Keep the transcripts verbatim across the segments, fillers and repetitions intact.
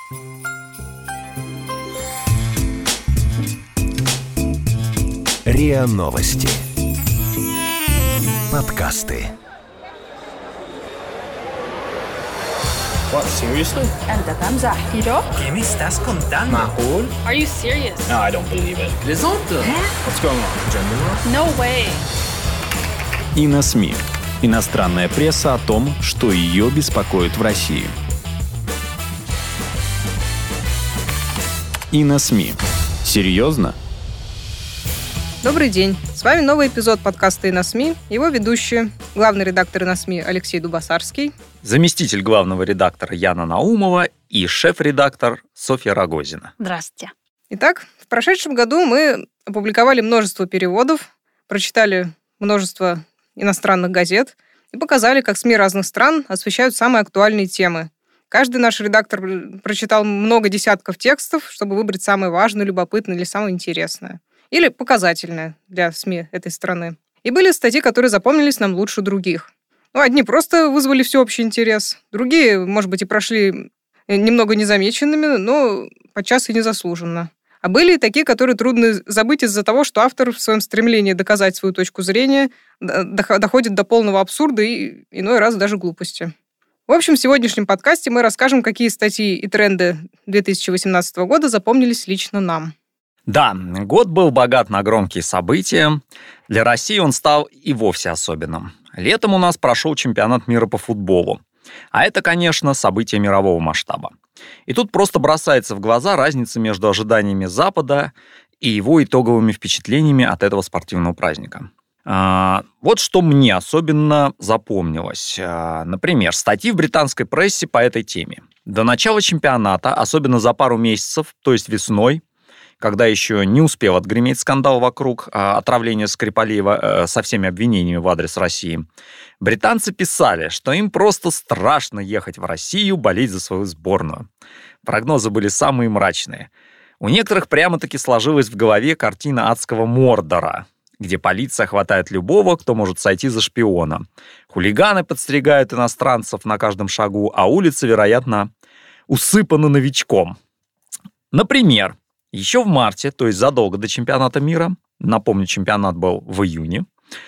РИА Новости. Подкасты. What, seriously? أنت تمزح. ¿Y yo? ¿Qué me estás contando? معقول? Are you serious? No, I don't believe it. Плезанта? What's going on? Gender war? No way. И на СМИ. Иностранная пресса о том, что ее беспокоит в России. И на СМИ. Серьезно? Добрый день. С вами новый эпизод подкаста «И на СМИ». Его ведущие, главный редактор «И на СМИ» Алексей Дубасарский, заместитель главного редактора Яна Наумова и шеф-редактор Софья Рогозина. Здравствуйте. Итак, в прошедшем году мы опубликовали множество переводов, прочитали множество иностранных газет и показали, как СМИ разных стран освещают самые актуальные темы. Каждый наш редактор прочитал много десятков текстов, чтобы выбрать самое важное, любопытное или самое интересное. Или показательное для СМИ этой страны. И были статьи, которые запомнились нам лучше других. Ну, одни просто вызвали всеобщий интерес, другие, может быть, и прошли немного незамеченными, но подчас и незаслуженно. А были и такие, которые трудно забыть из-за того, что автор в своем стремлении доказать свою точку зрения доходит до полного абсурда и иной раз даже глупости. В общем, в сегодняшнем подкасте мы расскажем, какие статьи и тренды две тысячи восемнадцатого года запомнились лично нам. Да, год был богат на громкие события. Для России он стал и вовсе особенным. Летом у нас прошел чемпионат мира по футболу. А это, конечно, событие мирового масштаба. И тут просто бросается в глаза разница между ожиданиями Запада и его итоговыми впечатлениями от этого спортивного праздника. А, вот что мне особенно запомнилось. А, например, статьи в британской прессе по этой теме. До начала чемпионата, особенно за пару месяцев, то есть весной, когда еще не успел отгреметь скандал вокруг а, отравления Скрипалеева а, со всеми обвинениями в адрес России, британцы писали, что им просто страшно ехать в Россию болеть за свою сборную. Прогнозы были самые мрачные. У некоторых прямо-таки сложилась в голове картина адского Мордора, где полиция хватает любого, кто может сойти за шпиона. Хулиганы подстерегают иностранцев на каждом шагу, а улицы, вероятно, усыпаны новичком. Например, еще в марте, то есть задолго до чемпионата мира, напомню, чемпионат был в июне,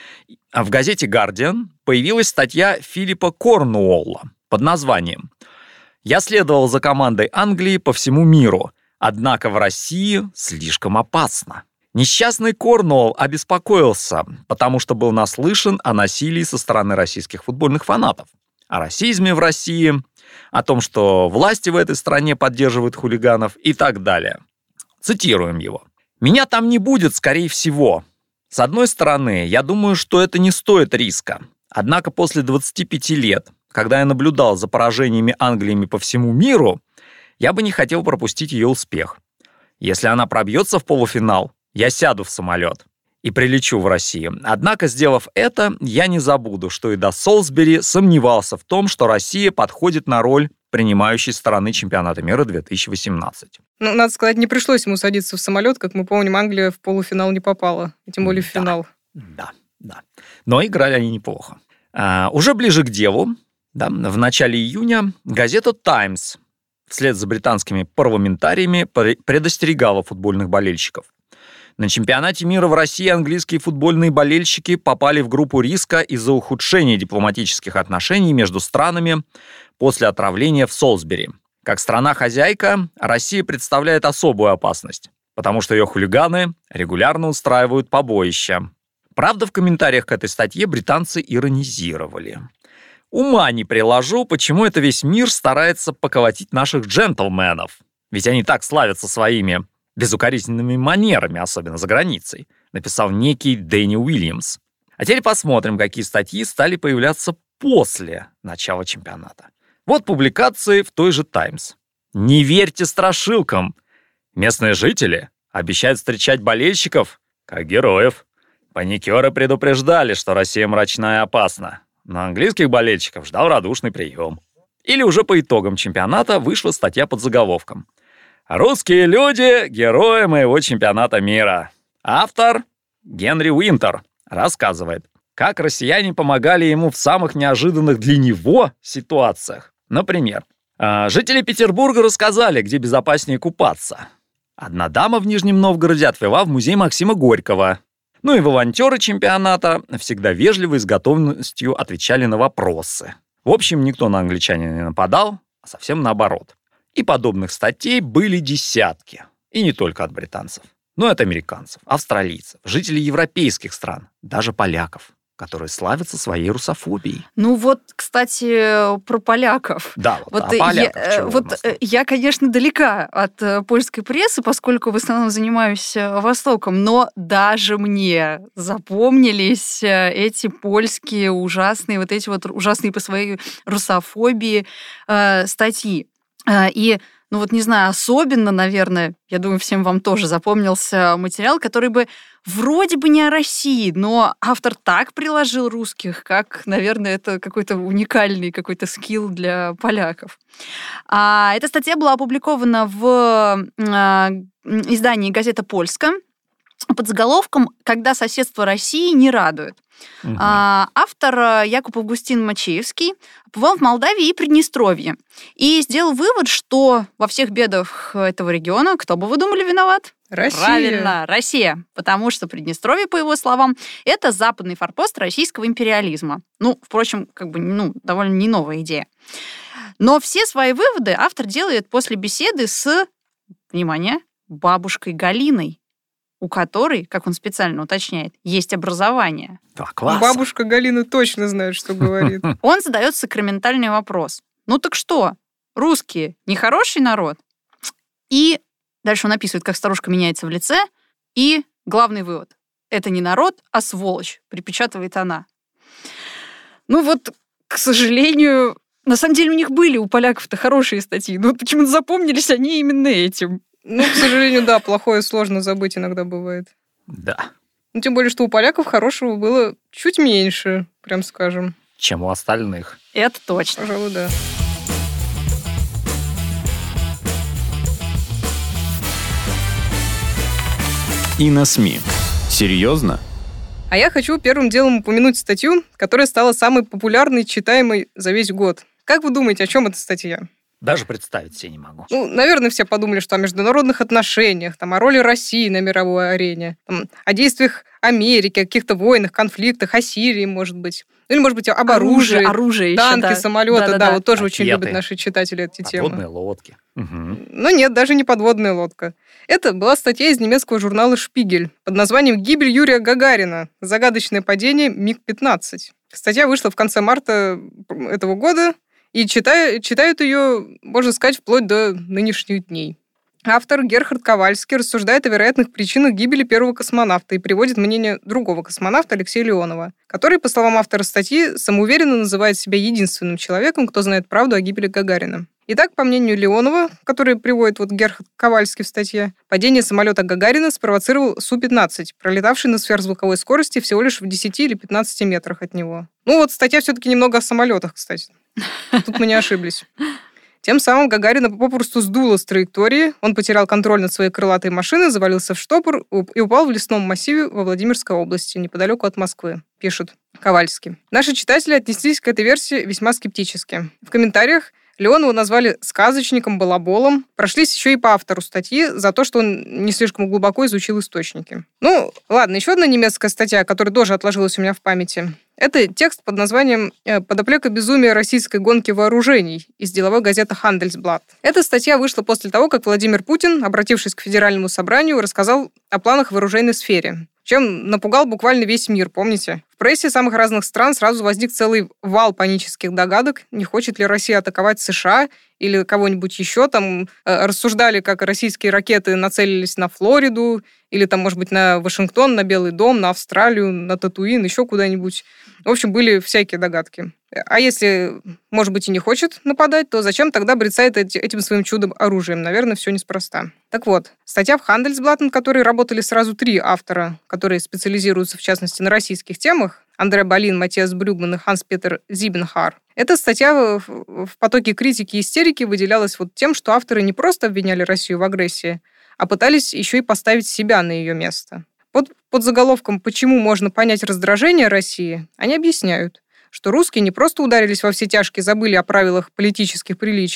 в газете «Гардиан» появилась статья Филиппа Корнуолла под названием «Я следовал за командой Англии по всему миру, однако в России слишком опасно». Несчастный Корнуолл обеспокоился, потому что был наслышан о насилии со стороны российских футбольных фанатов, о расизме в России, о том, что власти в этой стране поддерживают хулиганов и так далее. Цитируем его. «Меня там не будет, скорее всего. С одной стороны, я думаю, что это не стоит риска. Однако после двадцати пяти лет, когда я наблюдал за поражениями Англии по всему миру, я бы не хотел пропустить ее успех. Если она пробьется в полуфинал, я сяду в самолет и прилечу в Россию. Однако, сделав это, я не забуду, что и до Солсбери сомневался в том, что Россия подходит на роль принимающей стороны чемпионата мира две тысячи восемнадцать. Ну, надо сказать, не пришлось ему садиться в самолет. Как мы помним, Англия в полуфинал не попала, и тем более в финал. Да, да. Но играли они неплохо. А, уже ближе к делу, да, в начале июня газета «Таймс» вслед за британскими парламентариями предостерегала футбольных болельщиков. На чемпионате мира в России английские футбольные болельщики попали в группу риска из-за ухудшения дипломатических отношений между странами после отравления в Солсбери. Как страна-хозяйка, Россия представляет особую опасность, потому что ее хулиганы регулярно устраивают побоища. Правда, в комментариях к этой статье британцы иронизировали. Ума не приложу, почему это весь мир старается поколотить наших джентльменов. Ведь они так славятся своими безукоризненными манерами, особенно за границей, написал некий Дэнни Уильямс. А теперь посмотрим, какие статьи стали появляться после начала чемпионата. Вот публикации в той же «Таймс». «Не верьте страшилкам. Местные жители обещают встречать болельщиков как героев. Паникеры предупреждали, что Россия мрачна и опасна. Но английских болельщиков ждал радушный прием». Или уже по итогам чемпионата вышла статья под заголовком «Русские люди – герои моего чемпионата мира». Автор Генри Уинтер рассказывает, как россияне помогали ему в самых неожиданных для него ситуациях. Например, А, жители Петербурга рассказали, где безопаснее купаться. Одна дама в Нижнем Новгороде отвела в музей Максима Горького. Ну и волонтеры чемпионата всегда вежливо и с готовностью отвечали на вопросы. В общем, никто на англичанина не нападал, а совсем наоборот. И подобных статей были десятки. И не только от британцев, но и от американцев, австралийцев, жителей европейских стран, даже поляков, которые славятся своей русофобией. Ну вот, кстати, про поляков. Да, вот, вот о поляках. Я, чего вот я, конечно, далека от польской прессы, поскольку в основном занимаюсь Востоком, но даже мне запомнились эти польские ужасные, вот эти вот ужасные по своей русофобии э, статьи. И ну вот, не знаю, особенно, наверное, я думаю, всем вам тоже запомнился материал, который бы вроде бы не о России, но автор так приложил русских, как, наверное, это какой-то уникальный какой-то скилл для поляков. А эта статья была опубликована в а, издании «Газета Польска» под заголовком «Когда соседство России не радует». Угу. А, автор Якуб Августин Мачеевский побывал в Молдавии и Приднестровье и сделал вывод, что во всех бедах этого региона, кто бы вы думали, виноват? Россия. Правильно, Россия. Потому что Приднестровье, по его словам, это западный форпост российского империализма. Ну, впрочем, как бы, ну, довольно не новая идея. Но все свои выводы автор делает после беседы с, внимание, бабушкой Галиной, у которой, как он специально уточняет, есть образование. Да, класс. Бабушка Галина точно знает, что говорит. Он задает сакраментальный вопрос. Ну так что, русские нехороший народ? И дальше он описывает, как старушка меняется в лице. И главный вывод. Это не народ, а сволочь, припечатывает она. Ну вот, к сожалению, на самом деле у них были, у поляков-то хорошие статьи, но почему-то запомнились они именно этим. Ну, к сожалению, да, плохое сложно забыть иногда бывает. Да. Ну, тем более, что у поляков хорошего было чуть меньше, прям скажем. Чем у остальных. Это точно. Пожалуй, да. И на СМИ. Серьезно? А я хочу первым делом упомянуть статью, которая стала самой популярной, читаемой за весь год. Как вы думаете, о чем эта статья? Даже представить себе не могу. Ну, наверное, все подумали, что о международных отношениях, там, о роли России на мировой арене, там, о действиях Америки, о каких-то войнах, конфликтах, о Сирии, может быть. Или, может быть, об оружии, оружие, оружие танки, еще, да. самолеты. Да, Да, да, да, да. вот тоже Ракеты, очень любят наши читатели эти темы. Подводные лодки. Угу. Но нет, даже не подводная лодка. Это была статья из немецкого журнала «Шпигель» под названием «Гибель Юрия Гагарина. Загадочное падение Миг пятнадцать». Статья вышла в конце марта этого года, и читаю, читают ее, можно сказать, вплоть до нынешних дней. Автор Герхард Ковальский рассуждает о вероятных причинах гибели первого космонавта и приводит мнение другого космонавта Алексея Леонова, который, по словам автора статьи, самоуверенно называет себя единственным человеком, кто знает правду о гибели Гагарина. Итак, по мнению Леонова, который приводит вот Герхард Ковальский в статье, падение самолета Гагарина спровоцировал Су пятнадцать, пролетавший на сверхзвуковой скорости всего лишь в десяти или пятнадцати метрах от него. Ну вот статья все-таки немного о самолетах, кстати. Тут мы не ошиблись. Тем самым Гагарина попросту сдуло с траектории, он потерял контроль над своей крылатой машиной, завалился в штопор и упал в лесном массиве во Владимирской области, неподалеку от Москвы, пишет Ковальский. Наши читатели отнеслись к этой версии весьма скептически. В комментариях Леонова назвали сказочником, балаболом, прошлись еще и по автору статьи за то, что он не слишком глубоко изучил источники. Ну, ладно, еще одна немецкая статья, которая тоже отложилась у меня в памяти. Это текст под названием «Подоплека безумия российской гонки вооружений» из деловой газеты «Handelsblatt». Эта статья вышла после того, как Владимир Путин, обратившись к Федеральному собранию, рассказал о планах в вооружейной сфере, чем напугал буквально весь мир, помните? В прессе самых разных стран сразу возник целый вал панических догадок, не хочет ли Россия атаковать США или кого-нибудь еще. Там э, рассуждали, как российские ракеты нацелились на Флориду, или там, может быть, на Вашингтон, на Белый дом, на Австралию, на Татуин, еще куда-нибудь. В общем, были всякие догадки. А если, может быть, и не хочет нападать, то зачем тогда брецает этим своим чудом оружием? Наверное, все неспроста. Так вот, статья в Handelsblatt, над которой работали сразу три автора, которые специализируются, в частности, на российских темах, Андре Балин, Матиас Брюгман и Ханс-Петер Зибенхар. Эта статья в потоке критики и истерики выделялась вот тем, что авторы не просто обвиняли Россию в агрессии, а пытались еще и поставить себя на ее место. Под, под заголовком «Почему можно понять раздражение России» они объясняют, что русские не просто ударились во все тяжкие, забыли о правилах политических приличий,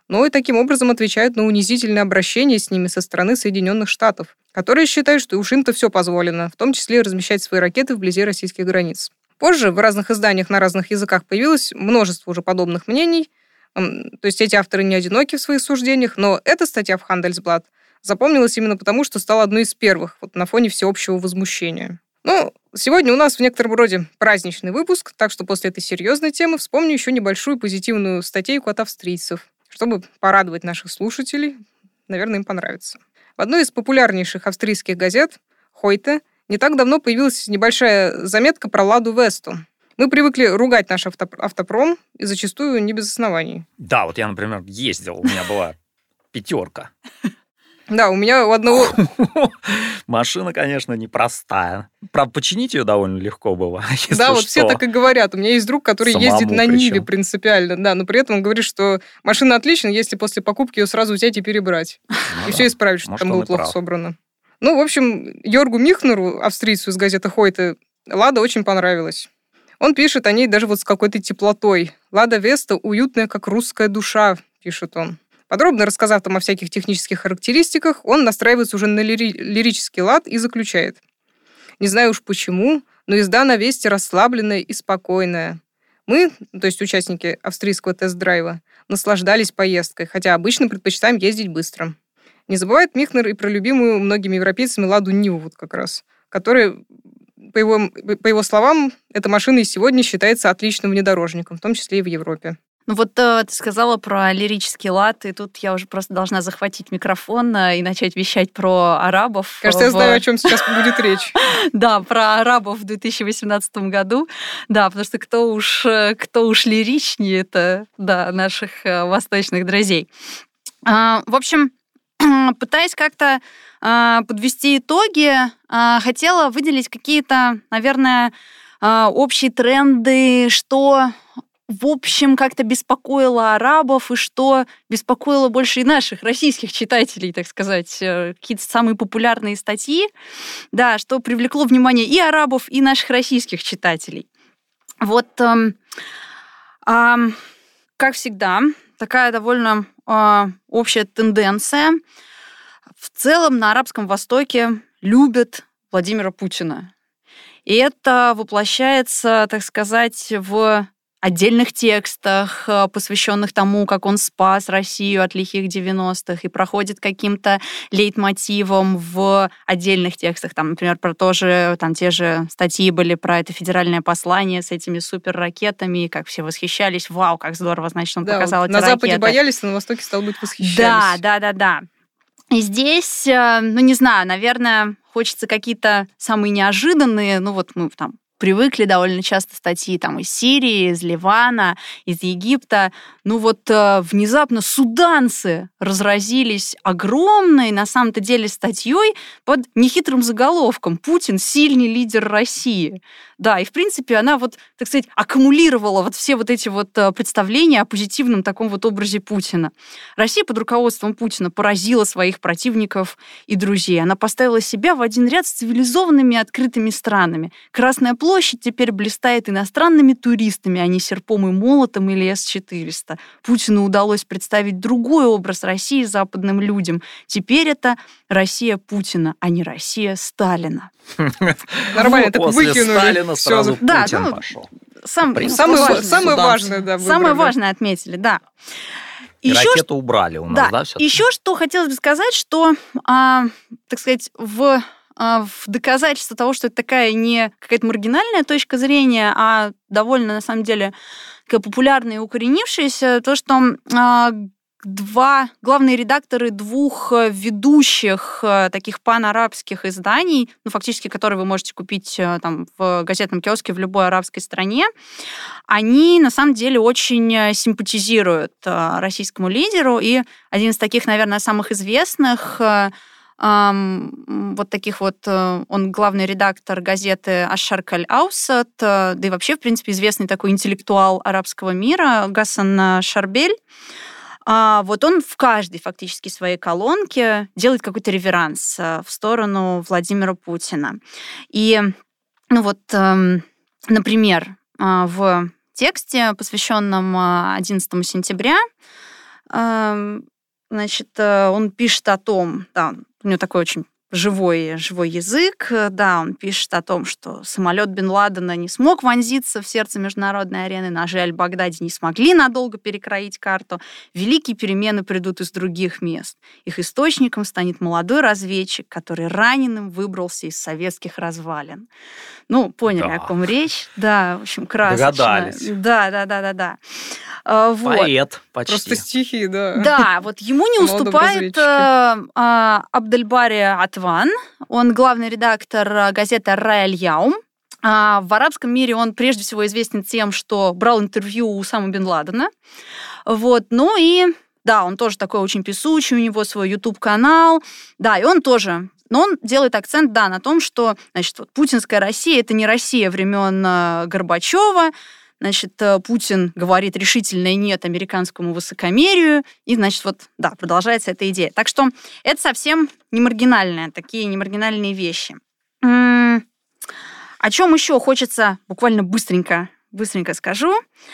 но и таким образом отвечают на унизительное обращение с ними со стороны Соединенных Штатов, которые считают, что уж им-то все позволено, в том числе размещать свои ракеты вблизи российских границ. Позже в разных изданиях на разных языках появилось множество уже подобных мнений, то есть эти авторы не одиноки в своих суждениях, но эта статья в Handelsblatt запомнилась именно потому, что стала одной из первых вот, на фоне всеобщего возмущения. Ну, сегодня у нас в некотором роде праздничный выпуск, так что после этой серьезной темы вспомню еще небольшую позитивную статейку от австрийцев, чтобы порадовать наших слушателей. Наверное, им понравится. В одной из популярнейших австрийских газет «Heute» не так давно появилась небольшая заметка про Ладу Весту. Мы привыкли ругать наш авто, автопром, и зачастую не без оснований. Да, вот я, например, ездил, у меня была пятерка. Да, у меня у одного... Машина, конечно, непростая. Правда, починить ее довольно легко было. Да, вот все так и говорят. У меня есть друг, который ездит на Ниве принципиально, да, но при этом он говорит, что машина отлична, если после покупки ее сразу взять и перебрать. И все исправить, что там было плохо собрано. Ну, в общем, Йоргу Михнеру, австрийцу из газеты «Heute», Лада очень понравилась. Он пишет о ней даже вот с какой-то теплотой. «Лада Веста уютная, как русская душа», пишет он. Подробно рассказав там о всяких технических характеристиках, он настраивается уже на лири- лирический лад и заключает. «Не знаю уж почему, но езда на Весте расслабленная и спокойная. Мы, то есть участники австрийского тест-драйва, наслаждались поездкой, хотя обычно предпочитаем ездить быстро». Не забывает Михнер и про любимую многими европейцами Ладу Ниву вот как раз, которая, по его, по его словам, эта машина и сегодня считается отличным внедорожником, в том числе и в Европе. Ну вот э, ты сказала про лирический лад, и тут я уже просто должна захватить микрофон э, и начать вещать про арабов. Кажется, я знаю, о чем сейчас будет речь. Да, про арабов в две тысячи восемнадцатом году. Да, потому что кто уж, кто уж лиричнее, это, да, наших восточных друзей. В общем, пытаясь как-то подвести итоги, хотела выделить какие-то, наверное, общие тренды, что... в общем, как-то беспокоило арабов, и что беспокоило больше и наших российских читателей, так сказать, какие-то самые популярные статьи, да, что привлекло внимание и арабов, и наших российских читателей. Вот, э, э, как всегда, такая довольно э, общая тенденция. В целом на Арабском Востоке любят Владимира Путина. И это воплощается, так сказать, в отдельных текстах, посвященных тому, как он спас Россию от лихих девяностых, и проходит каким-то лейтмотивом в отдельных текстах. Там, например, про то же, там те же статьи были про это федеральное послание с этими суперракетами, как все восхищались. Вау, как здорово, значит, он да, показал вот эти на ракеты. Западе боялись, а на Востоке, стало быть, восхищались. Да, да, да, да. И здесь, ну, не знаю, наверное, хочется какие-то самые неожиданные, ну, вот мы там привыкли довольно часто статьи там из Сирии, из Ливана, из Египта. Ну вот э, внезапно суданцы разразились огромной, на самом-то деле, статьей под нехитрым заголовком «Путин – сильный лидер России». Да, и, в принципе, она вот, так сказать, аккумулировала вот все вот эти вот представления о позитивном таком вот образе Путина. Россия под руководством Путина поразила своих противников и друзей. Она поставила себя в один ряд с цивилизованными открытыми странами. Красная площадь теперь блистает иностранными туристами, а не серпом и молотом или эс четыреста. Путину удалось представить другой образ России западным людям. Теперь это Россия Путина, а не Россия Сталина. Нормально, так выкинули. Сталина сразу да, Путин ну, пошел. Сам, самое важное, самое важное, да. Самое важное отметили, да. И еще ракету ш... убрали у нас, да, да все-таки? Еще что хотелось бы сказать, что, а, так сказать, в, а, в доказательство того, что это такая не какая-то маргинальная точка зрения, а довольно, на самом деле, такая популярная и укоренившаяся, то, что а, два главные редакторы двух ведущих таких панарабских изданий, ну, фактически, которые вы можете купить там, в газетном киоске в любой арабской стране, они, на самом деле, очень симпатизируют российскому лидеру. И один из таких, наверное, самых известных, вот таких вот, он главный редактор газеты «Аш-Шарк аль-Аусат», да и вообще, в принципе, известный такой интеллектуал арабского мира Гасан Шарбель. А вот он в каждой фактически своей колонке делает какой-то реверанс в сторону Владимира Путина. И, ну вот, например, в тексте, посвященном одиннадцатому сентября, Значит, он пишет о том, да, у него такой очень живой, живой язык, да, он пишет о том, что самолет Бен Ладена не смог вонзиться в сердце международной арены, ножи Аль-Багдади не смогли надолго перекроить карту, великие перемены придут из других мест. Их источником станет молодой разведчик, который раненым выбрался из советских развалин. Ну, поняли, да. О ком речь? Да, в общем, красочно. Догадались. Да, да, да, да, да. Вот. Поэт почти. Просто стихи, да. Да, вот ему не уступает э, э, Абдельбари Атван. Он главный редактор газеты «Рай-аль-Яум». А в арабском мире он прежде всего известен тем, что брал интервью у Усамы бен Ладена. Вот. Ну и, да, он тоже такой очень песучий, у него свой YouTube-канал. Да, и он тоже... Но он делает акцент, да, на том, что, значит, вот, путинская Россия — это не Россия времен Горбачева. Значит, Путин говорит решительное «нет» американскому высокомерию, и, значит, вот, да, продолжается эта идея. Так что это совсем не маргинальные, такие не маргинальные вещи. М-м- о чем еще хочется буквально быстренько, быстренько скажу.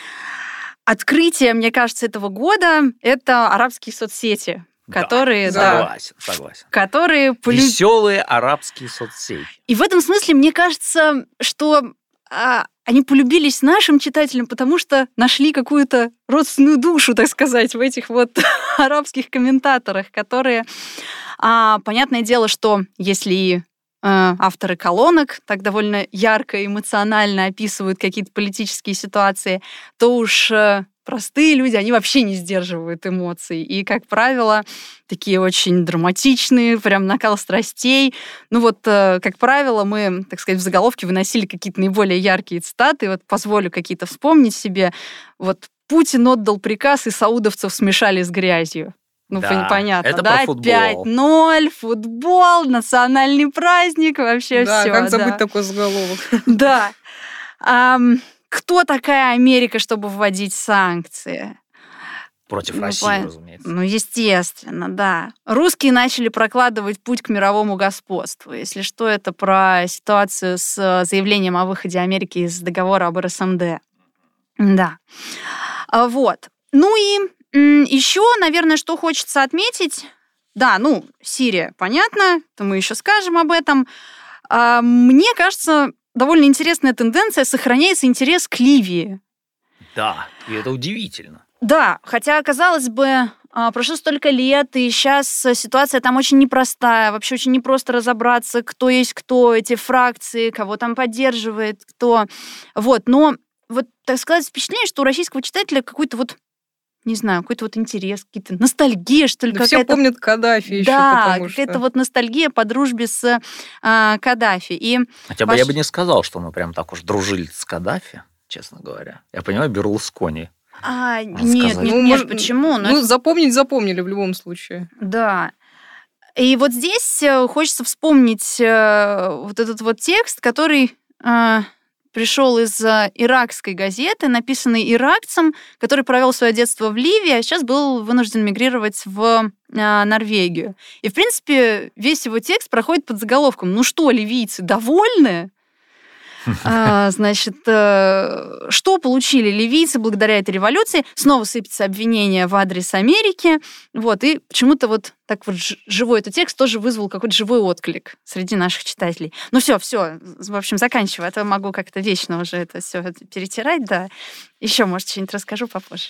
Открытие, мне кажется, этого года — это арабские соцсети, которые, да, да, согласен, согласен. которые полю... Веселые арабские соцсети. И в этом смысле мне кажется, что а, они полюбились нашим читателям, потому что нашли какую-то родственную душу, так сказать, в этих вот арабских комментаторах, которые, а, понятное дело, что если и а, авторы колонок так довольно ярко и эмоционально описывают какие-то политические ситуации, то уж простые люди, они вообще не сдерживают эмоций. И, как правило, такие очень драматичные, прям накал страстей. Ну вот, как правило, мы, так сказать, в заголовке выносили какие-то наиболее яркие цитаты. Вот позволю какие-то вспомнить себе. Вот Путин отдал приказ, и саудовцев смешали с грязью. Ну, да, понятно, это да? про футбол. пять ноль, футбол, национальный праздник, вообще да, все. Как забыть да. такой заголовок? Да. Кто такая Америка, чтобы вводить санкции? Против ну, России, по... разумеется. Ну, естественно, да. Русские начали прокладывать путь к мировому господству. Если что, это про ситуацию с заявлением о выходе Америки из договора об эр эс эм дэ. Да. Вот. Ну и еще, наверное, что хочется отметить. Да, ну, Сирия, понятно, то мы еще скажем об этом. Мне кажется, довольно интересная тенденция, сохраняется интерес к Ливии. Да, и это удивительно. Да, хотя, казалось бы, прошло столько лет, и сейчас ситуация там очень непростая, вообще очень непросто разобраться, кто есть кто, эти фракции, кого там поддерживает, кто. Вот, но вот, так сказать, впечатление, что у российского читателя какой-то вот, не знаю, какой-то вот интерес, какие-то ностальгия, что ли. Да все помнят Каддафи еще, да, потому что... какая-то вот ностальгия по дружбе с а, Каддафи. И Хотя бы ваш... я бы не сказал, что мы прям так уж дружили с Каддафи, честно говоря. Я понимаю, Берлускони. А, нет, сказать. нет, Ну, нет, может, почему? Ну, запомнить запомнили в любом случае. Да. И вот здесь хочется вспомнить вот этот вот текст, который пришел из иракской газеты, написанный иракцем, который провел свое детство в Ливии, а сейчас был вынужден мигрировать в Норвегию. И, в принципе, весь его текст проходит под заголовком «Ну что, ливийцы, довольны?» А, значит, что получили ливийцы благодаря этой революции? Снова сыпется обвинение в адрес Америки. Вот, и почему-то вот так вот живой этот текст тоже вызвал какой-то живой отклик среди наших читателей. Ну все, все, в общем, заканчиваю. А то могу как-то вечно уже это все перетирать, да. Еще, может, что-нибудь расскажу попозже.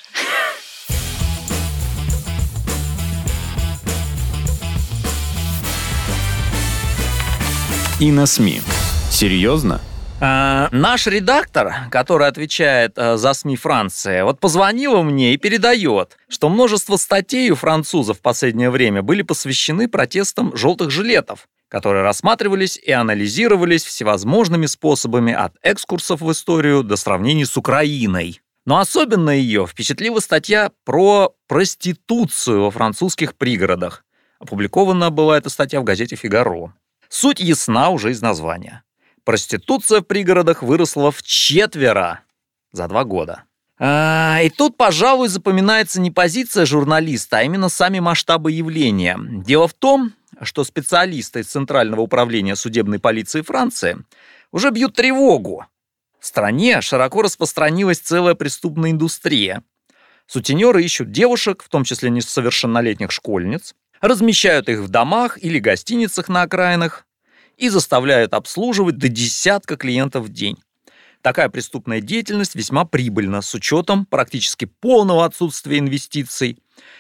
И на СМИ. Серьезно? А, наш редактор, который отвечает а, за СМИ Франции, вот позвонила мне и передает, что множество статей у французов в последнее время были посвящены протестам желтых жилетов, которые рассматривались и анализировались всевозможными способами от экскурсов в историю до сравнений с Украиной. Но особенно ее впечатлила статья про проституцию во французских пригородах. Опубликована была эта статья в газете «Фигаро». Суть ясна уже из названия. Проституция в пригородах выросла вчетверо за два года. А, и тут, пожалуй, запоминается не позиция журналиста, а именно сами масштабы явления. Дело в том, что специалисты из Центрального управления судебной полиции Франции уже бьют тревогу. В стране широко распространилась целая преступная индустрия. Сутенеры ищут девушек, в том числе несовершеннолетних школьниц, размещают их в домах или гостиницах на окраинах и заставляют обслуживать до десятка клиентов в день. Такая преступная деятельность весьма прибыльна с учетом практически полного отсутствия инвестиций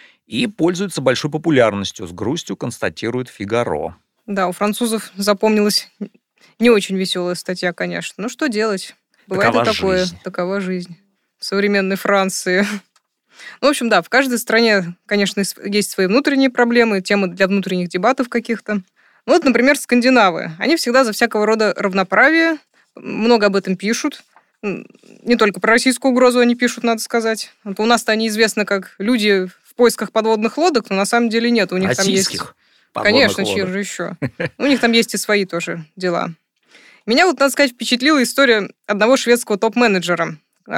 и пользуется большой популярностью, с грустью констатирует «Фигаро». Да, у французов запомнилась не очень веселая статья, конечно. Ну, что делать? Бывает Такова и такое. жизнь. Такова жизнь в современной Франции. Ну, в общем, да, в каждой стране, конечно, есть свои внутренние проблемы, темы для внутренних дебатов каких-то. Ну, вот, например, скандинавы. Они всегда за всякого рода равноправие, много об этом пишут. Не только про российскую угрозу они пишут, надо сказать. Вот у нас-то они известны как люди в поисках подводных лодок, но на самом деле нет. У них Российских там есть... подводных Конечно, лодок. чьи же еще. У них там есть и свои тоже дела. Меня, вот, надо сказать, впечатлила история одного шведского топ-менеджера,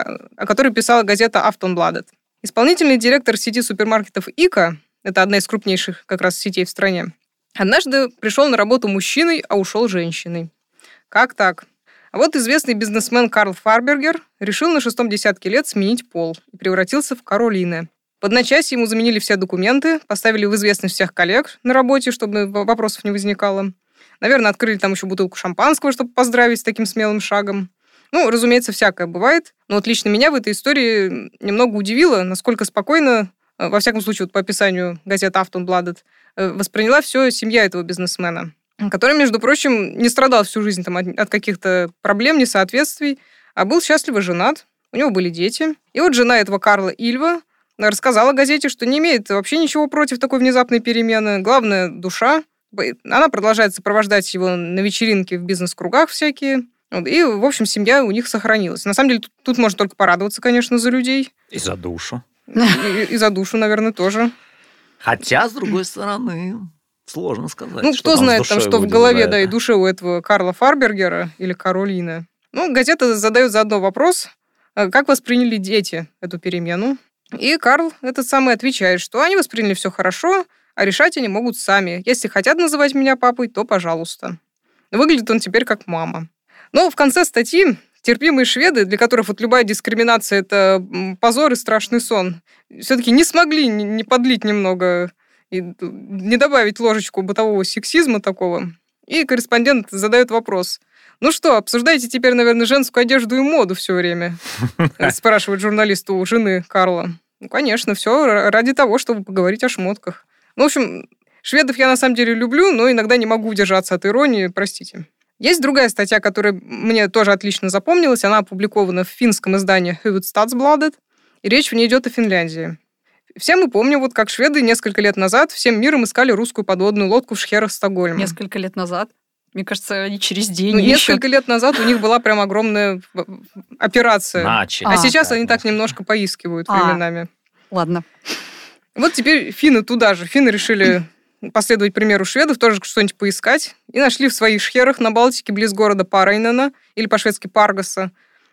о которой писала газета Aftonbladet. Исполнительный директор сети супермаркетов Ика, это одна из крупнейших как раз сетей в стране, однажды пришел на работу мужчиной, а ушел женщиной. Как так? А вот известный бизнесмен Карл Фарбергер решил на шестом десятке лет сменить пол и превратился в Каролине. В одночасье ему заменили все документы, поставили в известность всех коллег на работе, чтобы вопросов не возникало. Наверное, открыли там еще бутылку шампанского, чтобы поздравить с таким смелым шагом. Ну, разумеется, всякое бывает. Но вот лично меня в этой истории немного удивило, насколько спокойно, во всяком случае, вот по описанию газеты Aftonbladet, восприняла все семья этого бизнесмена, который, между прочим, не страдал всю жизнь там, от каких-то проблем, несоответствий, а был счастливо женат, у него были дети. И вот жена этого Карла Ильва рассказала газете, что не имеет вообще ничего против такой внезапной перемены. Главное, душа. Она продолжает сопровождать его на вечеринки в бизнес-кругах всякие. И, в общем, семья у них сохранилась. На самом деле, тут, тут можно только порадоваться, конечно, за людей. И за душу. И, и за душу, наверное, тоже. Хотя, с другой стороны, сложно сказать. Ну, кто знает, там, что в голове, да, и это. душе у этого Карла Фарбергера или Каролины. Ну, газета задает заодно вопрос, как восприняли дети эту перемену. И Карл этот самый отвечает, что они восприняли все хорошо, а решать они могут сами. Если хотят называть меня папой, то пожалуйста. Выглядит он теперь как мама. Но в конце статьи терпимые шведы, для которых вот любая дискриминация – это позор и страшный сон, все-таки не смогли не подлить немного и не добавить ложечку бытового сексизма такого. И корреспондент задает вопрос. Ну что, обсуждаете теперь, наверное, женскую одежду и моду все время? Спрашивает журналист у жены Карла. Ну, конечно, все ради того, чтобы поговорить о шмотках. Ну, в общем, шведов я на самом деле люблю, но иногда не могу удержаться от иронии, простите. Есть другая статья, которая мне тоже отлично запомнилась. Она опубликована в финском издании Hufvudstadsbladet, и речь в ней идет о Финляндии. Все мы помним, вот как шведы несколько лет назад всем миром искали русскую подводную лодку в шхерах Стокгольма. Несколько лет назад? Мне кажется, они через день Ну, ищут. несколько лет назад у них была прям огромная операция. Начали. А, А, сейчас так, они так несколько. немножко поискивают А. временами. Ладно. Вот теперь финны туда же. Финны решили последовать примеру шведов, тоже что-нибудь поискать. И нашли в своих шхерах на Балтике, близ города Парайнена, или по-шведски Паргаса,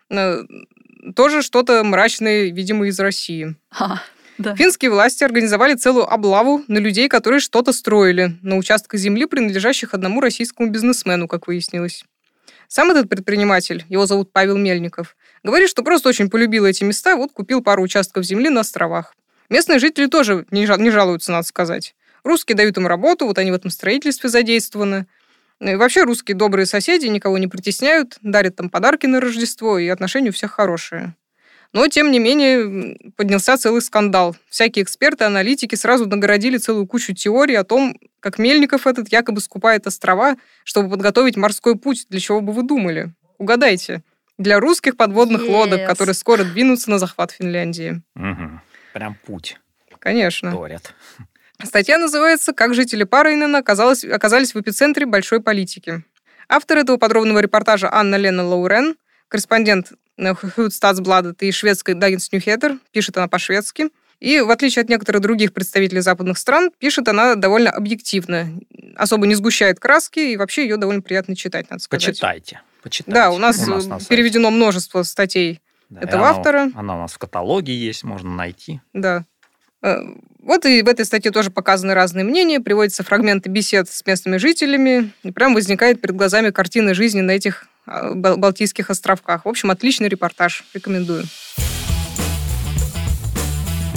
тоже что-то мрачное, видимо, из России. А, да. Финские власти организовали целую облаву на людей, которые что-то строили на участках земли, принадлежащих одному российскому бизнесмену, как выяснилось. Сам этот предприниматель, его зовут Павел Мельников, говорит, что просто очень полюбил эти места, вот купил пару участков земли на островах. Местные жители тоже не жалуются, надо сказать. Русские дают им работу, вот они в этом строительстве задействованы. И вообще русские добрые соседи, никого не притесняют, дарят там подарки на Рождество, и отношения у всех хорошие. Но, тем не менее, поднялся целый скандал. Всякие эксперты, аналитики сразу нагородили целую кучу теорий о том, как Мельников этот якобы скупает острова, чтобы подготовить морской путь. Для чего бы вы думали? Угадайте. Для русских подводных Yes. лодок, которые скоро двинутся на захват Финляндии. Угу. Прям путь Конечно. торят. Статья называется «Как жители Парайнена оказались, оказались в эпицентре большой политики». Автор этого подробного репортажа Анна-Лена Лоурен, корреспондент Hufvudstadsbladet и шведской Dagens Nyheter, пишет она по-шведски. И, в отличие от некоторых других представителей западных стран, пишет она довольно объективно, особо не сгущает краски, и вообще ее довольно приятно читать, надо сказать. Почитайте. Почитайте. Да, у нас, у нас на сайте. переведено множество статей Да, этого и она- автора. Она у нас в каталоге есть, можно найти. Да. Вот и в этой статье тоже показаны разные мнения, приводятся фрагменты бесед с местными жителями, и прям возникает перед глазами картина жизни на этих Бал- Балтийских островках. В общем, отличный репортаж, рекомендую.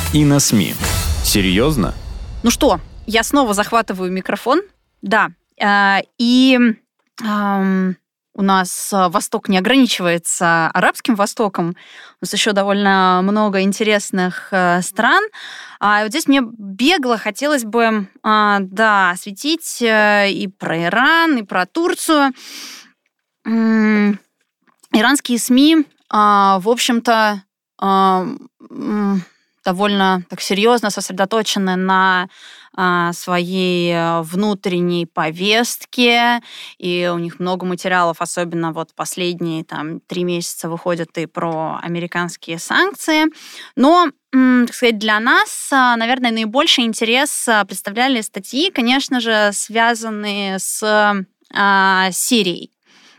И на СМИ. Серьезно? Ну что, я снова захватываю микрофон. Да, э, и э, у нас Восток не ограничивается Арабским Востоком. У нас еще довольно много интересных э, стран. А вот здесь мне бегло хотелось бы э, да, осветить э, и про Иран, и про Турцию. Э, иранские СМИ, э, в общем-то, э, э, довольно так серьезно сосредоточены на а, своей внутренней повестке, и у них много материалов, особенно вот последние там три месяца выходят и про американские санкции. Но, м, так сказать, для нас, наверное, наибольший интерес представляли статьи, конечно же, связанные с а, Сирией.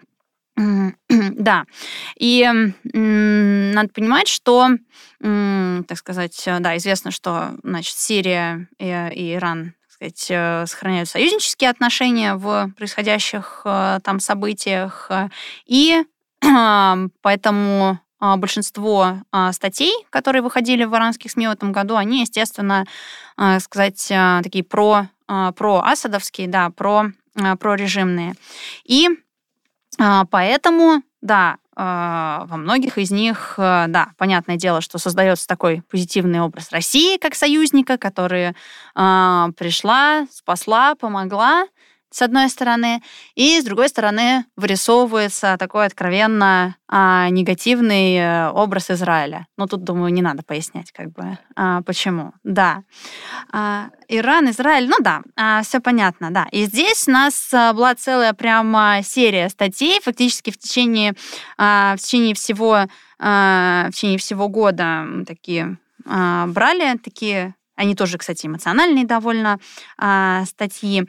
Да, и м, надо понимать, что, м, так сказать, да, известно, что, значит, Сирия и, и Иран, так сказать, сохраняют союзнические отношения в происходящих там событиях, и поэтому большинство статей, которые выходили в иранских СМИ в этом году, они, естественно, сказать, такие про, про асадовские, да, про, про режимные. И поэтому, да, во многих из них, да, понятное дело, что создается такой позитивный образ России как союзника, которая пришла, спасла, помогла, с одной стороны, и с другой стороны вырисовывается такой откровенно а, негативный образ Израиля. Ну, тут, думаю, не надо пояснять, как бы, а, почему. Да. А, Иран, Израиль, ну да, а, все понятно, да. И здесь у нас была целая прямо серия статей, фактически в течение, а, в течение всего, а, в течение всего года такие а, брали, такие, они тоже, кстати, эмоциональные довольно а, статьи,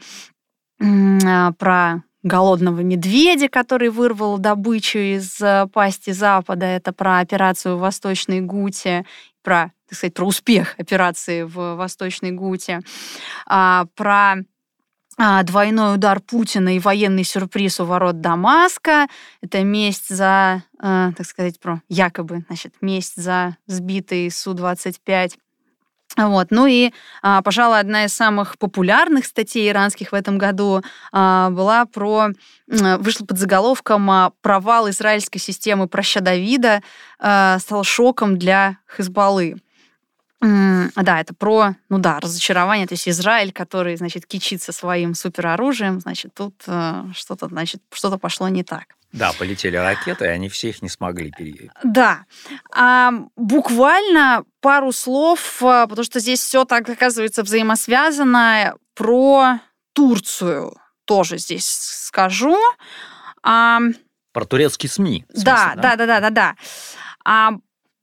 про голодного медведя, который вырвал добычу из пасти Запада. Это про операцию в Восточной Гуте, про, так сказать, про успех операции в Восточной Гуте, про двойной удар Путина и военный сюрприз у ворот Дамаска. Это месть за, так сказать, про якобы, значит, месть за сбитый Су двадцать пять. Вот. Ну и, пожалуй, одна из самых популярных статей иранских в этом году была про... вышла под заголовком «Провал израильской системы проща Давида стал шоком для Хизбаллы». Да, это про, ну да, разочарование, то есть Израиль, который, значит, кичится своим супероружием, значит, тут что-то, значит, что-то пошло не так. Да, полетели ракеты, и они все их не смогли перейти. Да. А, буквально пару слов, потому что здесь все так, оказывается, взаимосвязано, про Турцию тоже здесь скажу. А, про турецкие СМИ. В смысле, да, да, да, да, да, да, да. А,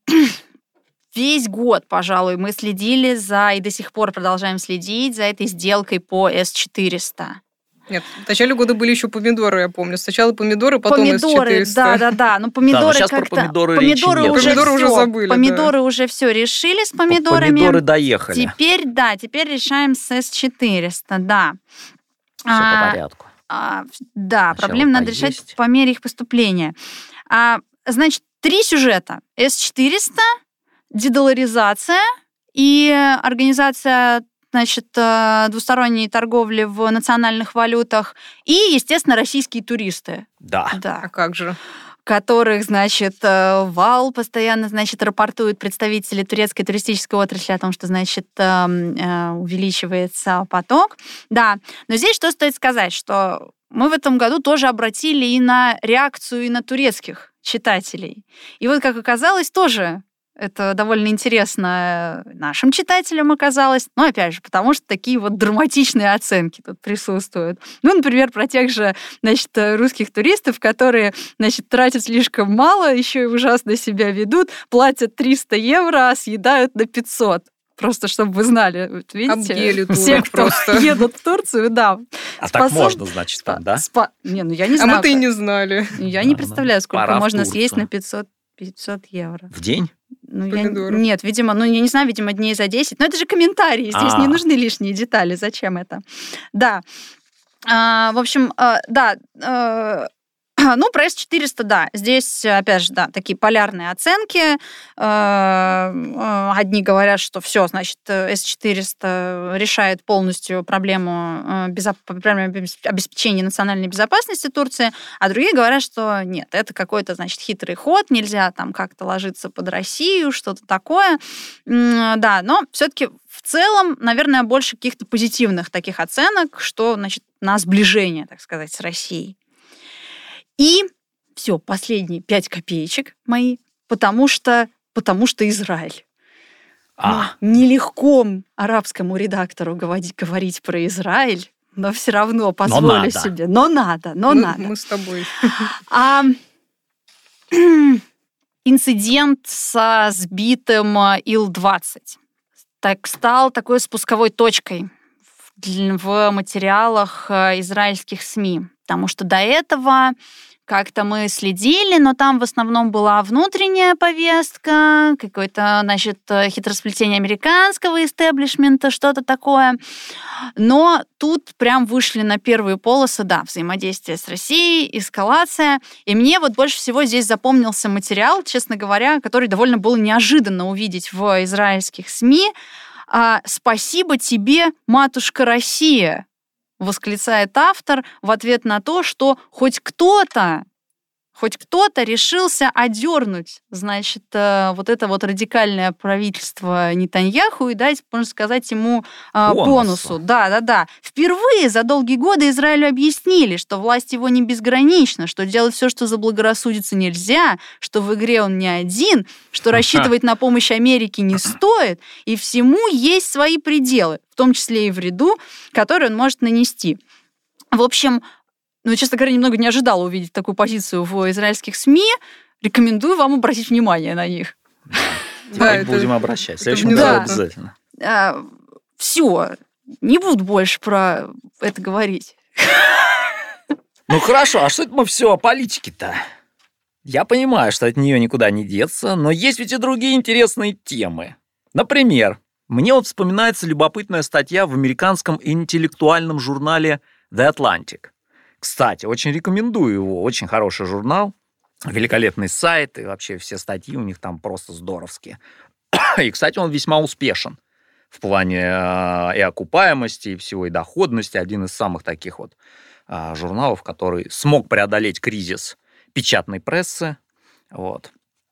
весь год, пожалуй, мы следили за, и до сих пор продолжаем следить за этой сделкой по эс четыреста. Нет, в начале года были еще помидоры, я помню. Сначала помидоры, потом помидоры, эс четыреста. да, да, да. Ну, помидоры да, но сейчас как-то... про помидоры, помидоры речи нет. уже Помидоры все, уже забыли, Помидоры да. уже все решили с помидорами. Помидоры доехали. Теперь, да, теперь решаем с эс четыреста, да. Все а, по порядку. А, да, Сначала проблемы надо поесть. решать по мере их поступления. А, значит, три сюжета. эс четыреста, дедоларизация и организация, значит, двусторонней торговли в национальных валютах и, естественно, российские туристы. Да. Да. А как же? Которых, значит, вал постоянно, значит, рапортуют представители турецкой туристической отрасли о том, что, значит, увеличивается поток. Да, но здесь что стоит сказать, что мы в этом году тоже обратили и на реакцию, и на турецких читателей. И вот, как оказалось, тоже это довольно интересно нашим читателям оказалось. Но, опять же, потому что такие вот драматичные оценки тут присутствуют. Ну, например, про тех же, значит, русских туристов, которые, значит, тратят слишком мало, еще и ужасно себя ведут, платят триста евро, а съедают на пятьсот. Просто чтобы вы знали, вот видите, Объели все, турок кто просто. едут в Турцию, да. А способ... так можно, значит, там, да? Спа... Не, ну я не А знаю. мы-то и как... не знали. Я не Да, представляю, сколько пора в можно Турцию. съесть на пятьсот евро. В день? Ну, я... Помидоров. Нет, видимо, ну, я не знаю, видимо, дней за десять. Но это же комментарии, здесь А. не нужны лишние детали. Зачем это? Да. А, в общем, а, да, а, Ну, про эс четыреста, да. Здесь, опять же, да, такие полярные оценки. Одни говорят, что все, значит, эс четыреста решает полностью проблему, безоп... проблему обеспечения национальной безопасности Турции, а другие говорят, что нет, это какой-то, значит, хитрый ход, нельзя там как-то ложиться под Россию, что-то такое. Да, но все-таки в целом, наверное, больше каких-то позитивных таких оценок, что, значит, на сближение, так сказать, с Россией. И все, последние пять копеечек мои, потому что, потому что Израиль. А. Ну, нелегко арабскому редактору говорить, говорить про Израиль, но все равно позволю но надо. себе. Но надо, но мы, надо. Мы с тобой. А, инцидент со сбитым Ил двадцать так, стал такой спусковой точкой в, в материалах израильских СМИ, потому что до этого как-то мы следили, но там в основном была внутренняя повестка, какое-то, значит, хитросплетение американского истеблишмента, что-то такое. Но тут прям вышли на первые полосы, да, взаимодействие с Россией, эскалация. И мне вот больше всего здесь запомнился материал, честно говоря, который довольно было неожиданно увидеть в израильских СМИ. «Спасибо тебе, матушка Россия», восклицает автор в ответ на то, что хоть кто-то, хоть кто-то решился одернуть, значит, вот это вот радикальное правительство Нетаньяху и дать, можно сказать, ему бонусу. бонусу. Да, да, да. Впервые за долгие годы Израилю объяснили, что власть его не безгранична, что делать все, что заблагорассудится, нельзя, что в игре он не один, что рассчитывать на помощь Америке не стоит, и всему есть свои пределы, в том числе и вреду, который он может нанести. В общем, ну, честно говоря, немного не ожидала увидеть такую позицию в израильских СМИ. Рекомендую вам обратить внимание на них. Да, это, будем обращать. В следующем году да. обязательно. А, все. Не буду больше про это говорить. Ну, хорошо. А что это мы все о политике-то? Я понимаю, что от нее никуда не деться, но есть ведь и другие интересные темы. Например, мне вот вспоминается любопытная статья в американском интеллектуальном журнале The Atlantic. Кстати, очень рекомендую его, очень хороший журнал, великолепный сайт, и вообще все статьи у них там просто здоровские. И, кстати, он весьма успешен в плане и окупаемости, и всего, и доходности. Один из самых таких вот журналов, который смог преодолеть кризис печатной прессы. Вот.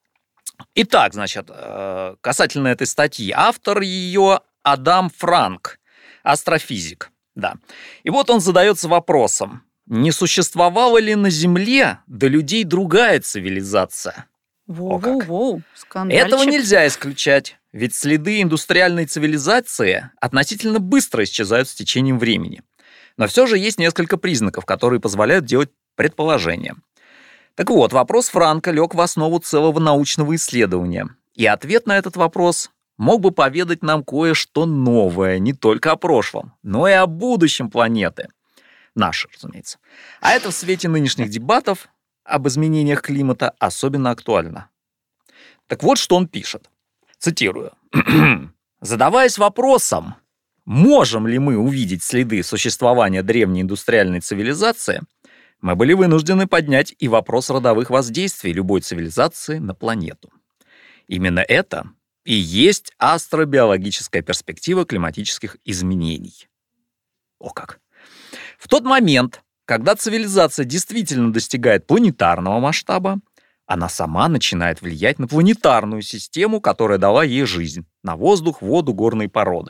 Итак, значит, касательно этой статьи. Автор ее Адам Франк, астрофизик. Да. И вот он задается вопросом, не существовала ли на Земле до людей другая цивилизация? Воу-воу-воу, скандальчик. Этого нельзя исключать, ведь следы индустриальной цивилизации относительно быстро исчезают с течением времени. Но все же есть несколько признаков, которые позволяют делать предположения. Так вот, вопрос Франка лег в основу целого научного исследования. И ответ на этот вопрос мог бы поведать нам кое-что новое, не только о прошлом, но и о будущем планеты. Наши, разумеется. А это в свете нынешних дебатов об изменениях климата особенно актуально. Так вот, что он пишет. Цитирую. «Задаваясь вопросом, можем ли мы увидеть следы существования древней индустриальной цивилизации, мы были вынуждены поднять и вопрос родовых воздействий любой цивилизации на планету. Именно это и есть астробиологическая перспектива климатических изменений». О как! В тот момент, когда цивилизация действительно достигает планетарного масштаба, она сама начинает влиять на планетарную систему, которая дала ей жизнь, на воздух, воду, горные породы.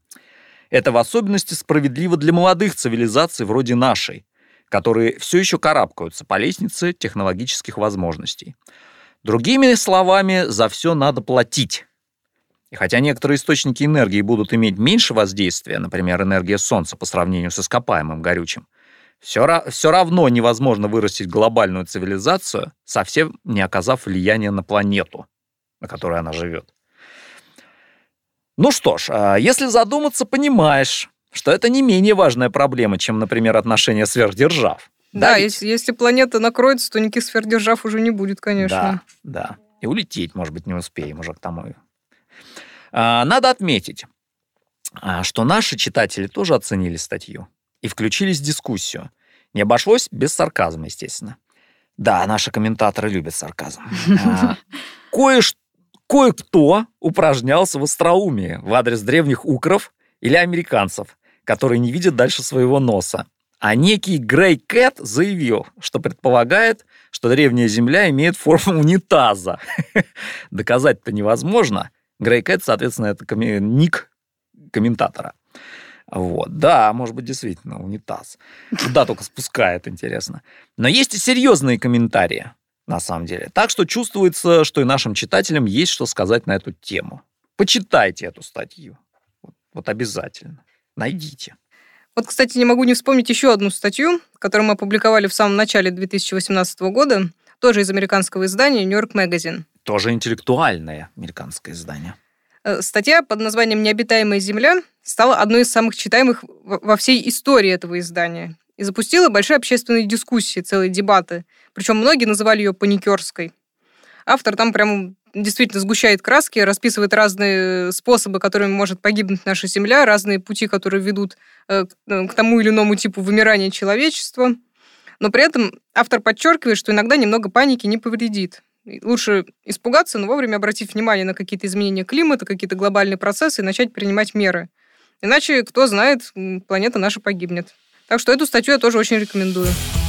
Это в особенности справедливо для молодых цивилизаций вроде нашей, которые все еще карабкаются по лестнице технологических возможностей. Другими словами, за все надо платить. И хотя некоторые источники энергии будут иметь меньше воздействия, например, энергия Солнца по сравнению с ископаемым горючим, все, все равно невозможно вырастить глобальную цивилизацию, совсем не оказав влияния на планету, на которой она живет. Ну что ж, если задуматься, понимаешь, что это не менее важная проблема, чем, например, отношения сверхдержав. Да, да если, если планета накроется, то никаких сверхдержав уже не будет, конечно. Да, да. И улететь, может быть, не успеем уже к тому. Надо отметить, что наши читатели тоже оценили статью и включились в дискуссию. Не обошлось без сарказма, естественно. Да, наши комментаторы любят сарказм. А, кое-что Кое-кто упражнялся в остроумии в адрес древних укров или американцев, которые не видят дальше своего носа. А некий Грей Кэт заявил, что предполагает, что древняя Земля имеет форму унитаза. Доказать-то невозможно. Грей Кэт, соответственно, это коми- ник комментатора. Вот. Да, может быть, действительно, унитаз. Куда только спускает, интересно. Но есть и серьезные комментарии. На самом деле. Так что чувствуется, что и нашим читателям есть что сказать на эту тему. Почитайте эту статью. Вот, вот обязательно. Найдите. Вот, кстати, не могу не вспомнить еще одну статью, которую мы опубликовали в самом начале две тысячи восемнадцатого года, тоже из американского издания New York Magazine. Тоже интеллектуальное американское издание. Статья под названием «Необитаемая Земля» стала одной из самых читаемых во всей истории этого издания и запустила большие общественные дискуссии, целые дебаты. Причем многие называли ее паникерской. Автор там прям действительно сгущает краски, расписывает разные способы, которыми может погибнуть наша Земля, разные пути, которые ведут к тому или иному типу вымирания человечества. Но при этом автор подчеркивает, что иногда немного паники не повредит. Лучше испугаться, но вовремя обратить внимание на какие-то изменения климата, какие-то глобальные процессы и начать принимать меры. Иначе, кто знает, планета наша погибнет. Так что эту статью я тоже очень рекомендую.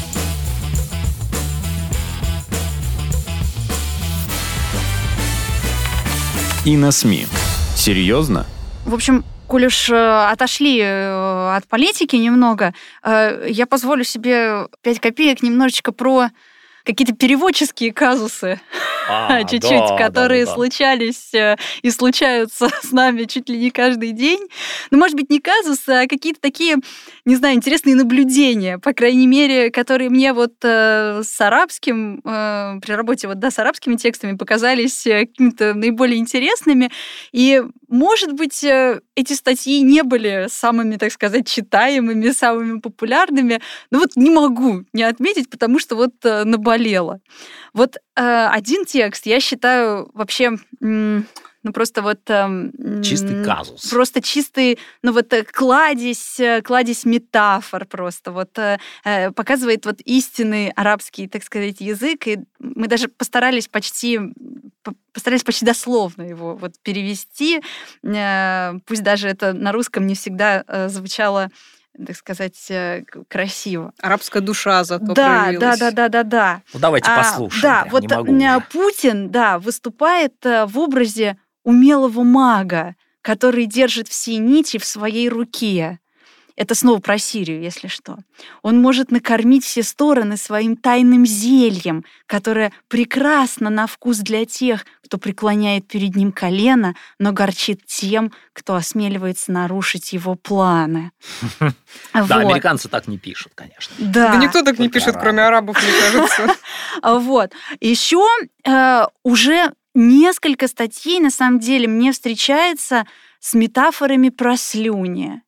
И на СМИ. Серьезно? В общем, коль уж отошли от политики немного, я позволю себе пять копеек немножечко про какие-то переводческие казусы, а, чуть-чуть, да, которые да, да, случались и случаются с нами чуть ли не каждый день. Ну, может быть, не казусы, а какие-то такие, не знаю, интересные наблюдения, по крайней мере, которые мне вот э, с арабским, э, при работе вот, да, с арабскими текстами показались какими-то наиболее интересными. И, может быть, эти статьи не были самыми, так сказать, читаемыми, самыми популярными, но вот не могу не отметить, потому что вот наболело. Вот э, один текст, я считаю, вообще, м, ну, просто вот... Э, чистый казус. Просто чистый, ну, вот кладезь, кладезь метафор просто. Вот э, показывает вот истинный арабский, так сказать, язык, и мы даже постарались почти... постарались почти дословно его вот перевести. Э, пусть даже это на русском не всегда э, звучало, так сказать, красиво. Арабская душа зато да, проявилась. Да, да, да, да, да. Ну, давайте а, послушаем. Да, прям, вот не могу уже. Путин, да, выступает в образе умелого мага, который держит все нити в своей руке. Это снова про Сирию, если что. Он может накормить все стороны своим тайным зельем, которое прекрасно на вкус для тех, кто преклоняет перед ним колено, но горчит тем, кто осмеливается нарушить его планы. Да, американцы так не пишут, конечно. Да никто так не пишет, кроме арабов, мне кажется. Вот. Еще уже несколько статей, на самом деле, мне встречается с метафорами про слюни.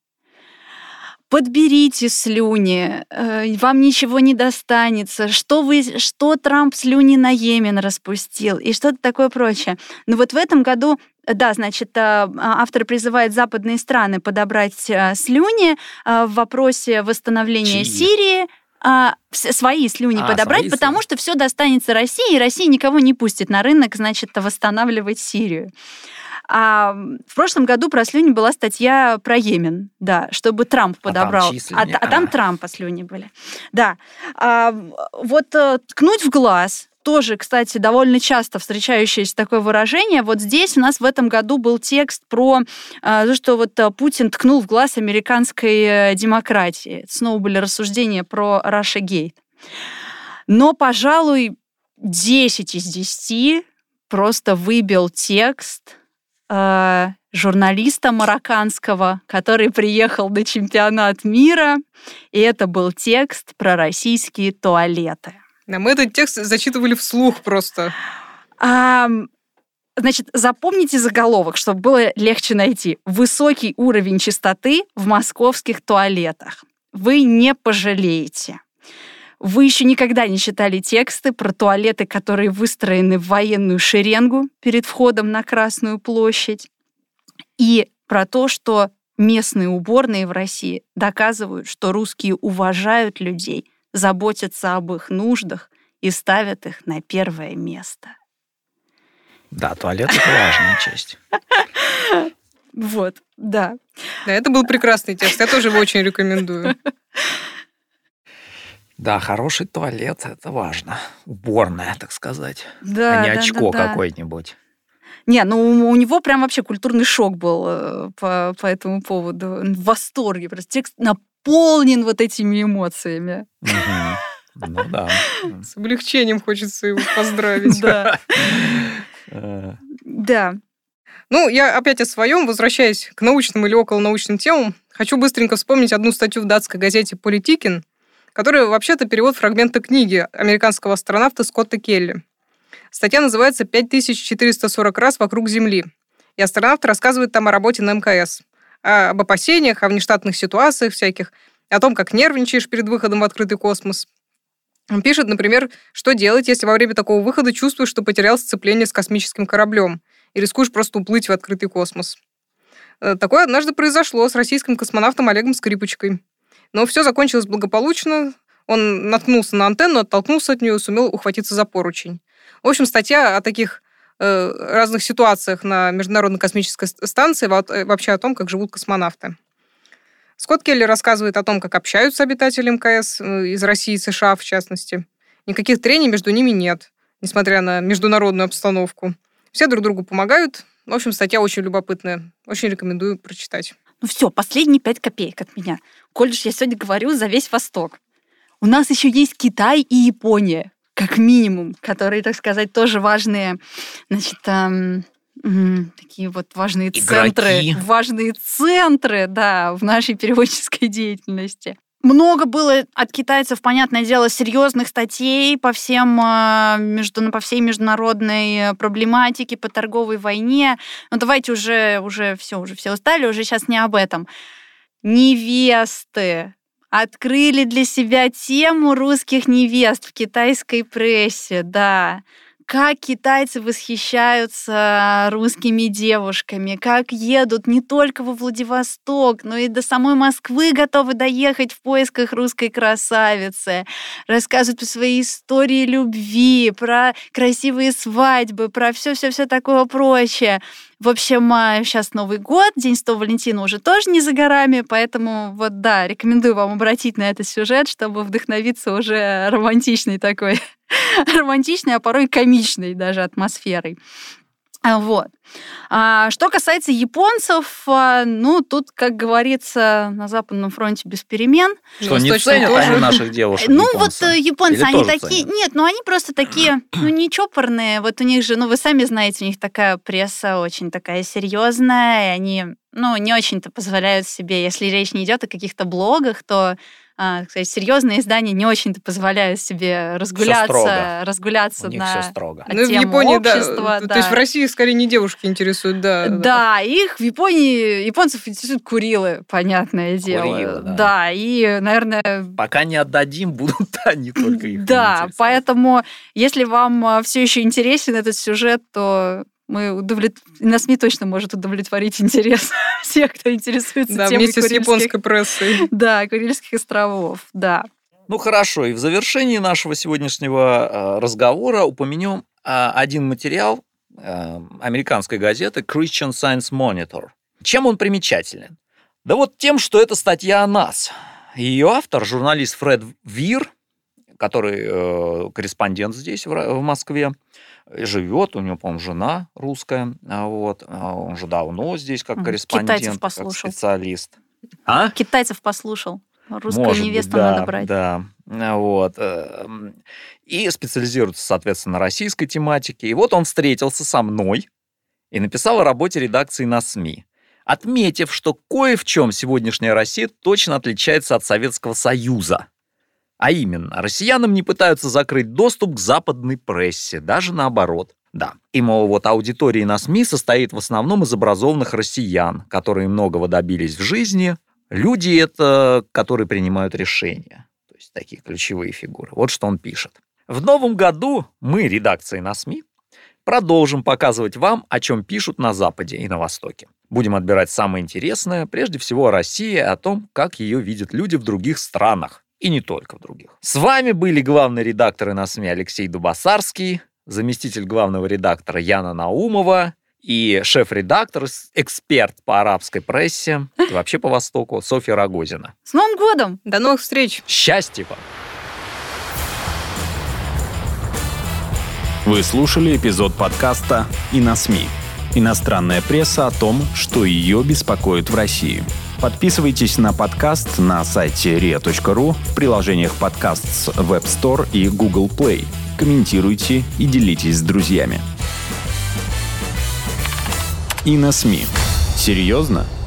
Подберите слюни, вам ничего не достанется, что, вы, что Трамп слюни на Йемен распустил и что-то такое прочее. Но вот в этом году, да, значит, автор призывает западные страны подобрать слюни в вопросе восстановления Чьи? Сирии, свои слюни а, подобрать, свои потому слюни. Что все достанется России, и Россия никого не пустит на рынок, значит, восстанавливать Сирию. А в прошлом году про слюни была статья про Йемен, да, чтобы Трамп подобрал. А там, а, а там Трампа слюни были. Да. А, вот ткнуть в глаз, тоже, кстати, довольно часто встречающееся такое выражение. Вот здесь у нас в этом году был текст про то, что вот Путин ткнул в глаз американской демократии. Это снова были рассуждения про Russiagate. Но, пожалуй, десять из десяти просто выбил текст журналиста марокканского, который приехал на чемпионат мира, и это был текст про российские туалеты. Да, мы этот текст зачитывали вслух просто. А, значит, запомните заголовок, чтобы было легче найти. Высокий уровень чистоты в московских туалетах. Вы не пожалеете. Вы еще никогда не читали тексты про туалеты, которые выстроены в военную шеренгу перед входом на Красную площадь, и про то, что местные уборные в России доказывают, что русские уважают людей, заботятся об их нуждах и ставят их на первое место. Да, туалет — это важная часть. Вот, да. Да, это был прекрасный текст. Я тоже его очень рекомендую. Да, хороший туалет — это важно. Уборная, так сказать. Да, а не да, очко да, да. какое-нибудь. Не, ну у него прям вообще культурный шок был э, по, по этому поводу. Он в восторге. Просто текст наполнен вот этими эмоциями. Мгм. Ну да. С облегчением хочется его поздравить. Да. Э, Да. Ну, я опять о своем, возвращаясь к научным или околонаучным темам, хочу быстренько вспомнить одну статью в датской газете «Политикин», которая вообще-то перевод фрагмента книги американского астронавта Скотта Келли. Статья называется «пять тысяч четыреста сорок раз вокруг Земли». И астронавт рассказывает там о работе на эм ка эс, о- об опасениях, о внештатных ситуациях всяких, о том, как нервничаешь перед выходом в открытый космос. Он пишет, например, что делать, если во время такого выхода чувствуешь, что потерял сцепление с космическим кораблем и рискуешь просто уплыть в открытый космос. Э, Такое однажды произошло с российским космонавтом Олегом Скрипочкой. Но все закончилось благополучно. Он наткнулся на антенну, оттолкнулся от нее и сумел ухватиться за поручень. В общем, статья о таких э, разных ситуациях на Международной космической ст- станции, вот, э, вообще о том, как живут космонавты. Скотт Келли рассказывает о том, как общаются обитатели эм ка эс э, из России и США, в частности. Никаких трений между ними нет, несмотря на международную обстановку. Все друг другу помогают. В общем, статья очень любопытная. Очень рекомендую прочитать. Ну все, последние пять копеек от меня. Коль же я сегодня говорю за весь Восток. У нас еще есть Китай и Япония, как минимум, которые, так сказать, тоже важные, значит, эм, м, такие вот важные Игроки. центры, важные центры, да, в нашей переводческой деятельности. Много было от китайцев, понятное дело, серьезных статей по всем э, между, по всей международной проблематике, по торговой войне. Но давайте уже, уже все, уже все устали, уже сейчас не об этом. Невесты открыли для себя тему русских невест в китайской прессе, да. Как китайцы восхищаются русскими девушками, как едут не только во Владивосток, но и до самой Москвы готовы доехать в поисках русской красавицы. Рассказывают про свои истории любви, про красивые свадьбы, про все-все-все такое прочее. В общем, сейчас Новый год, День Святого Валентина уже тоже не за горами, поэтому вот да, рекомендую вам обратить на этот сюжет, чтобы вдохновиться уже романтичной такой, романтичной, а порой комичной даже атмосферой. Вот. А что касается японцев, ну, тут, как говорится, на Западном фронте без перемен. Что, не Восточном ценят тоже. они наших девушек, Ну, японцы? вот э, японцы, Или они тоже такие... ценят? Нет, ну, они просто такие, ну, не чопорные. Вот у них же, ну, вы сами знаете, у них такая пресса очень такая серьезная, и они, ну, не очень-то позволяют себе, если речь не идет о каких-то блогах, то, а, кстати, серьезные издания не очень-то позволяют себе разгуляться, строго. разгуляться У них на все строго. а Ну, и в тему Японии, да, общества, то да. есть в России скорее не девушки интересуют, да. Да, их в Японии, японцев интересуют Курилы, понятное дело. Курилы, да. Да, и, наверное, Пока не отдадим, будут они только их да, интересовать. поэтому, если вам все еще интересен этот сюжет, то мы удовлет... НАСМИ точно может удовлетворить интерес всех, кто интересуется Да, темой вместе с Курильских- японской прессой. Да, Курильских островов, да. Ну хорошо, и в завершении нашего сегодняшнего э, разговора упомянем э, один материал э, американской газеты Christian Science Monitor. Чем он примечателен? Да вот тем, что это статья о нас. Ее автор, журналист Фред Вир, который э, корреспондент здесь, в, Ра- в Москве, живет, у него, по-моему, жена русская, а вот, а он же давно здесь как Мгм. корреспондент, Китайцев как послушал. специалист. А? Китайцев послушал. Русскую Может быть, невесту да, надо брать. Да, вот. эм, И специализируется, соответственно, на российской тематике. И вот он встретился со мной и написал о работе редакции на СМИ, отметив, что кое в чем сегодняшняя Россия точно отличается от Советского Союза. А именно, россиянам не пытаются закрыть доступ к западной прессе, даже наоборот. Да. И, мол, вот аудитория на СМИ состоит в основном из образованных россиян, которые многого добились в жизни. Люди это, которые принимают решения. То есть такие ключевые фигуры. Вот что он пишет. В новом году мы, редакция на СМИ, продолжим показывать вам, о чем пишут на Западе и на Востоке. Будем отбирать самое интересное, прежде всего о России, о том, как ее видят люди в других странах. и не только в других. С вами были главный редактор «Иносми» Алексей Дубасарский, заместитель главного редактора Яна Наумова и шеф-редактор, эксперт по арабской прессе и вообще по Востоку Софья Рогозина. С Новым годом! До новых встреч! Счастья вам! Вы слушали эпизод подкаста «Иносми». Иностранная пресса о том, что ее беспокоит в России. Подписывайтесь на подкаст на сайте риа точка ру, в приложениях подкаст с Web Store и Google Play. Комментируйте и делитесь с друзьями. «Иносми». Серьезно?